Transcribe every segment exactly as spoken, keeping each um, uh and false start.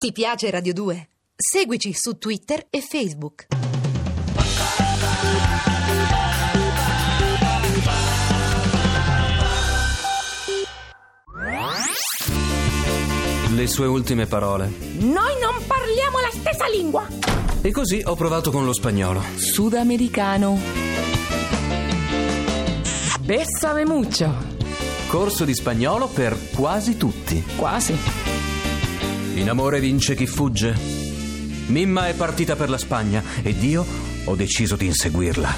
Ti piace Radio due? Seguici su Twitter e Facebook. Le sue ultime parole. Noi non parliamo la stessa lingua. E così ho provato con lo spagnolo. Sudamericano. Bésame mucho. Corso di spagnolo per quasi tutti. Quasi. In amore vince chi fugge. Mimma è partita per la Spagna ed io ho deciso di inseguirla.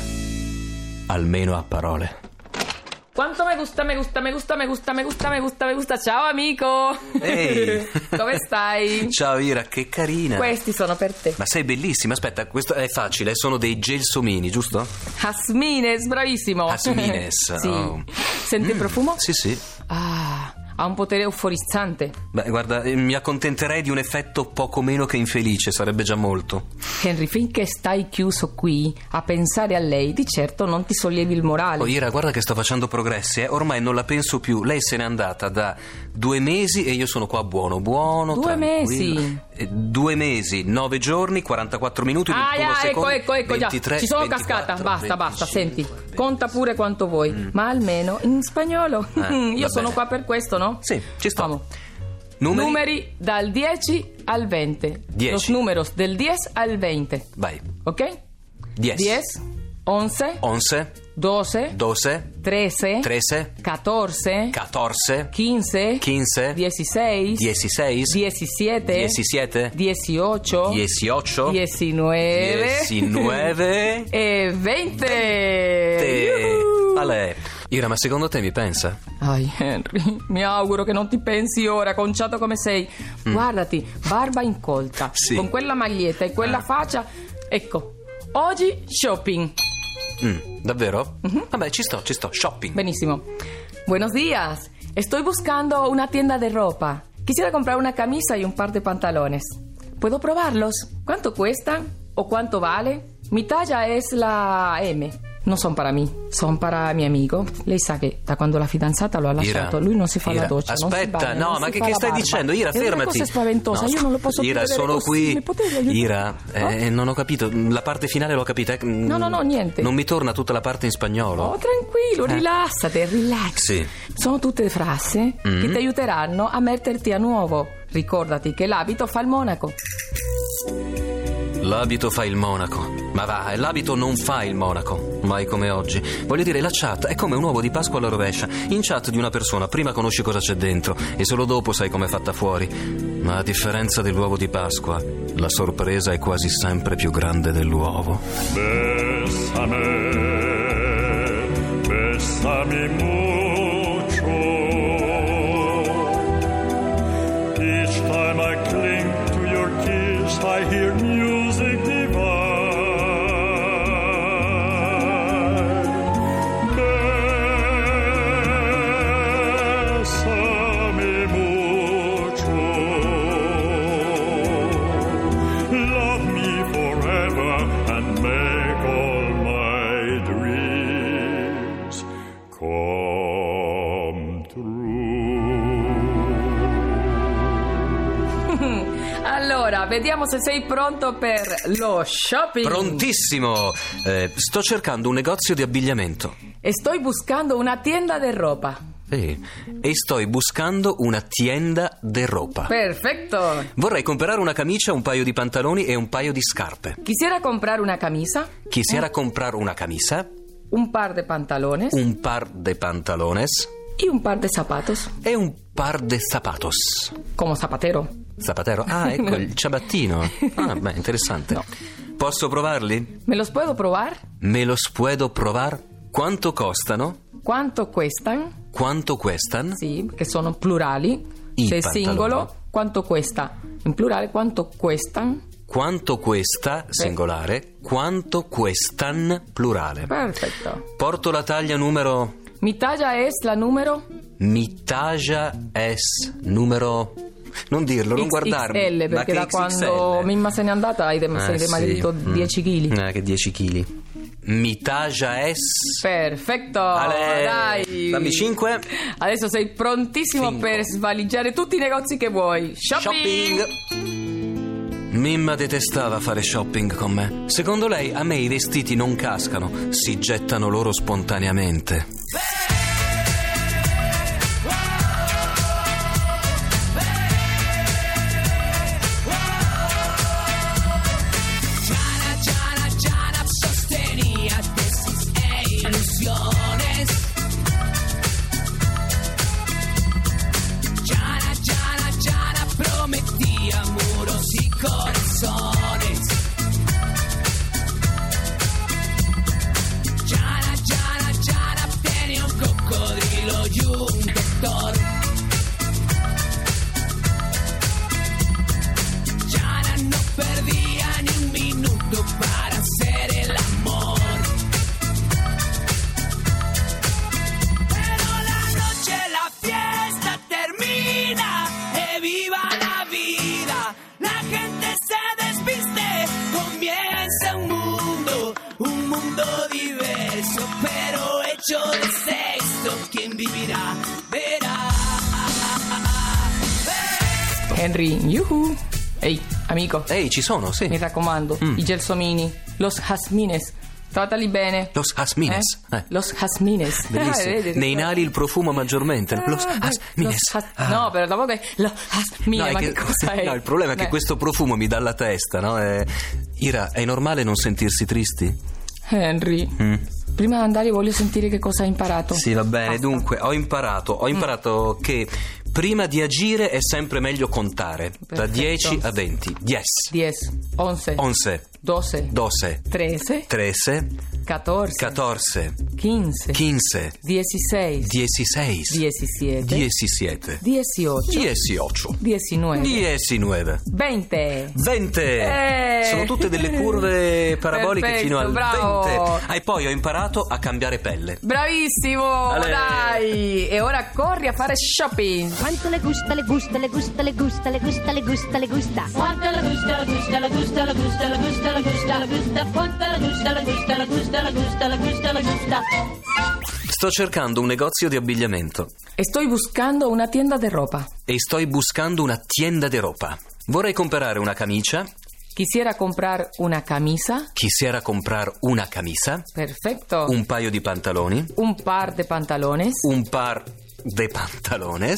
Almeno a parole. Quanto me gusta, me gusta, me gusta, me gusta, me gusta, me gusta, me gusta. Ciao amico. Ehi. Come stai? Ciao Ira, che carina. Questi sono per te. Ma sei bellissima. Aspetta, questo è facile, sono dei gelsomini, giusto? Jasmines, bravissimo. Jasmines. Sì. Oh. Senti il profumo? Sì, sì. Ah, ha un potere euforizzante. Beh, guarda, eh, mi accontenterei di un effetto poco meno che infelice, sarebbe già molto. Henry, finché stai chiuso qui a pensare a lei, di certo non ti sollevi il morale. Oh, Ira, guarda che sto facendo progressi, eh. Ormai non la penso più. Lei se n'è andata da due mesi e io sono qua buono, buono, Due tranquillo. mesi? Eh, due mesi, nove giorni, quarantaquattro minuti, Ah, ventuno yeah, secondi, ecco, ecco, ecco, ventitré, già. Ci sono ventiquattro, cascata. Basta, basta, venticinque, senti. Conta pure quanto vuoi, Mm. ma almeno in spagnolo. Eh, Io va sono bene. qua per questo, no? Sì, ci sto. Vamos. Numeri? Numeri dal dieci al venti. dieci. Los números del diez al veinte. Vai. ¿Ok? diez. diez, once, onze, doce, doce, trece, trece, catorce, quattordici, quince, quindici, dieciséis, dieciséis, diecisiete, diecisiete, dieciocho, diciotto, diecinueve, diciannove e venti. Te. Yuhu. Ale. Ira, ma secondo te mi pensa? Ai Henry, mi auguro che non ti pensi ora, conciato come sei. Guardati, barba incolta, Sì. con quella maglietta e quella Ah. faccia. Ecco, oggi shopping. Mm, davvero? Vabbè, ci sto, ci sto. Shopping. Benissimo. Buenos días. Estoy buscando una tienda de ropa. Quisiera comprar una camisa y un par de pantalones. ¿Puedo probarlos? ¿Cuánto cuestan? ¿O cuánto vale? Mi talla es la M. Non son para mí, son para mi amico. Lei sa che da quando la fidanzata lo ha lasciato, Ira, lui non si fa Ira, la doccia, non si aspetta, bagna, no, non ma si che, fa che la stai barba. dicendo? Ira, È una fermati. cosa spaventosa, io non lo posso Ira, più vedere sono così. qui. Mi potevi aiutare? Ira, eh, non ho capito. La parte finale l'ho capita. eh. No, no, no, niente. Non mi torna tutta la parte in spagnolo. Oh, tranquillo, Eh. rilassate, relax. Sì. Sono tutte frasi Mm. che ti aiuteranno a metterti a nuovo. Ricordati che l'abito fa il monaco. L'abito fa il monaco. Ma va, l'abito non fa il monaco. Mai come oggi. Voglio dire, la chat è come un uovo di Pasqua alla rovescia. In chat di una persona prima conosci cosa c'è dentro e solo dopo sai com'è fatta fuori. Ma a differenza dell'uovo di Pasqua, la sorpresa è quasi sempre più grande dell'uovo. Bésame, bésame mucho. Each time I cling to your kiss, I hear music divine. Bésame mucho. Love me forever and make all my dreams come true. Allora, vediamo se sei pronto per lo shopping. Prontissimo! Eh, sto cercando un negozio di abbigliamento. Estoy buscando una tienda de ropa. Eh, e sto buscando una tienda de ropa. Perfecto. Vorrei comprare una camicia, un paio di pantaloni e un paio di scarpe. Quisiera comprar una camisa, Quisiera comprar una camisa, un par de pantalones un par de pantalones y un par de zapatos. e un par de zapatos. Como zapatero. Zapatero? Ah, ecco, il ciabattino. Ah, beh, interessante. No. Posso provarli? ¿Me los puedo probar? Me los puedo provar? Quanto costano? ¿Cuánto cuestan? Quanto questano? Sì, che sono plurali. I Se è pantaloni. singolo, quanto cuesta? In plurale, quanto cuestan? Quanto questa, singolare, quanto questan, plurale. Perfetto. Porto la taglia numero... Mi talla es la numero Mi taglia es numero... Non dirlo, non guardarmi. X L, Ma perché che da X X L? quando Mimma se n'è andata hai dem- Eh, sei sì. dimagrito Mm. dieci chili. Eh, che dieci chili. Mi taglia es... Perfetto, Ale, dai. dammi cinque. Adesso sei prontissimo Cinque. per svaligiare tutti i negozi che vuoi. Shopping! Shopping. Mimma detestava fare shopping con me. Secondo lei, a me i vestiti non cascano, si gettano loro spontaneamente. De sexo, quien vivirá, verá. Henry, yuhu. Ehi, amico. Ehi, ci sono, sì. Mi raccomando, Mm. i gelsomini, los jazmines, trattali bene. Los jasmines. Eh? Eh. Los jazmines. Bellissimo. Ah, vedi, Ne inali il profumo maggiormente. Los Ah, jasmines. los jas- Ah. No, però dopo che lo jasmine, No, è ma che- che cosa è? no, il problema è che Eh. questo profumo mi dà la testa, no? È... Ira, è normale non sentirsi tristi? Henry, Mm. prima di andare voglio sentire che cosa hai imparato. Sì, va bene. Basta. Dunque, ho imparato, ho imparato che prima di agire è sempre meglio contare. Da Perfetto. dieci a venti. diez. diez, once, once. doce, doce. trece, trece. catorce, catorce. quince, quince. dieciséis, dieciséis. diecisiete, diecisiete. dieciocho, dieciocho. diecinueve, diciannove. venti. venti. Eh. Sono tutte delle curve paraboliche Perfetto, fino al bravo. venti. Ah, e poi ho imparato a cambiare pelle. Bravissimo, Ale. dai! E ora corri a fare shopping. Quanto le gusta, le gusta, le gusta, le gusta, le gusta, le gusta, le gusta. Quanto la gusta, la gusta, la gusta, la gusta, la gusta, la gusta, la gusta. Quanto la gusta, la gusta, la gusta, la gusta, la gusta, la gusta. Sto cercando un negozio di abbigliamento Estoy buscando una tienda de ropa. e sto buscando una tienda de ropa. Vorrei comprare una camicia. Quisiera comprar una camisa. Quisiera comprar una camisa, Perfecto. un paio di pantaloni, Un par de pantalones. un par de pantalones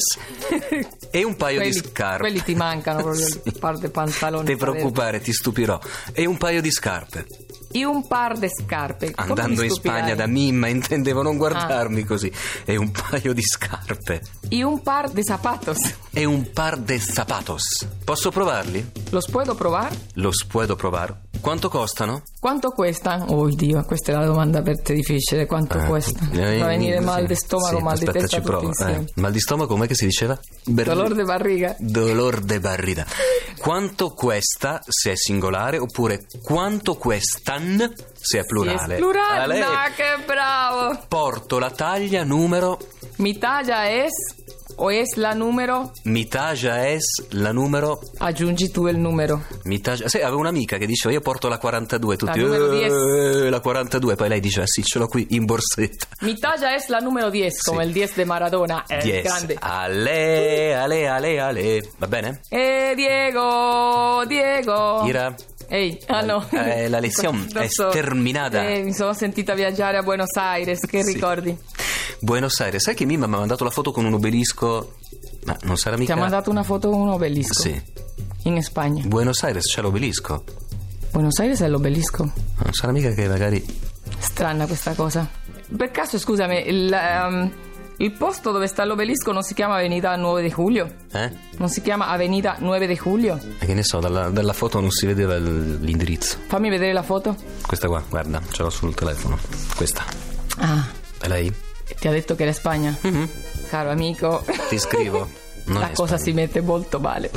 e un paio quelli, di scarpe. quelli ti mancano proprio, Sì. il par de pantalones. Non ti preoccupare, ti stupirò. E un paio di scarpe. E un par de scarpe. Come Andando mi in stupirai? Spagna da Mimma, intendevo non guardarmi Ah. così. E un paio di scarpe. E un par de zapatos. E un par de zapatos. Posso provarli? ¿Los puedo probar? Los puedo provar. Quanto costano? ¿Cuánto cuestan? Oh Dio, questa è la domanda per te difficile. Quanto Eh, cuesta? eh, Va a venire sì. mal di stomaco, Sì, mal di aspetta, testa ci tutto provo. insieme. Eh, mal di stomaco, com'è che si diceva? Ber- Dolor de barriga. Dolor de barriga. Quanto questa se è singolare oppure quanto questan se è plurale? Si es plural. A lei No, che bravo. porto la taglia numero. Mi talla es o es la numero? Mi taglia es la numero. Aggiungi tu il numero. Mi taglia. Sì, avevo un'amica che diceva io porto la quarantadue. Tutti La numero "Eh, diez". la quarantadue. Poi lei diceva sì, ce l'ho qui in borsetta. Mi talla es la numero diez, come il diez de Maradona. È diez. grande. Ale, ale, ale, ale. Va bene? Eh, Diego, Diego. Ira. Ehi, ah no. Eh, la lezione Non è so. terminata. Eh, mi sono sentita viaggiare a Buenos Aires, che Sì. ricordi? Buenos Aires, sai che Mimma mi ha mandato la foto con un obelisco? Ma non sarà Ti mica. ha mandato una foto con un obelisco. Sì. In Spagna. Buenos Aires c'è l'obelisco. Buenos Aires è l'obelisco. Non sarà mica che magari. Strana questa cosa. Per caso, scusami, il, ehm, il posto dove sta l'obelisco non si chiama Avenida nove de Julio? Eh? Non si chiama Avenida nove de Julio? E che ne so, dalla, dalla foto non si vedeva il- l'indirizzo. Fammi vedere la foto. Questa qua, guarda, ce l'ho sul telefono. Questa. Ah, È lei? ti ha detto che era Spagna? Mhm. Caro amico. Ti scrivo. Non La è cosa Spagna. si mette molto male.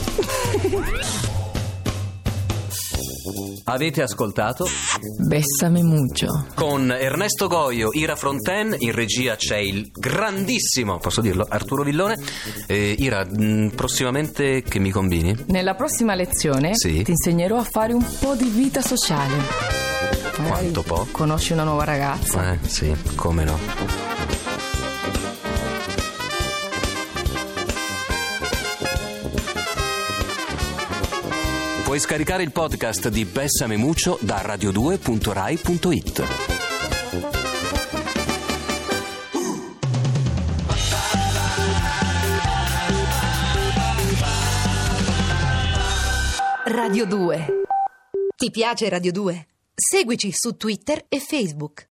Avete ascoltato? Bessame mucho. Con Ernesto Goio, Ira Fronten, in regia c'è il grandissimo, posso dirlo, Arturo Villone. Eh, Ira, mh, prossimamente che mi combini? Nella prossima lezione Sì. ti insegnerò a fare un po' di vita sociale. Magari Quanto po'? conosci una nuova ragazza. Eh, sì, come no. Puoi scaricare il podcast di Bessame Muccio da radio due punto rai punto it. Radio due. Ti piace Radio due? Seguici su Twitter e Facebook.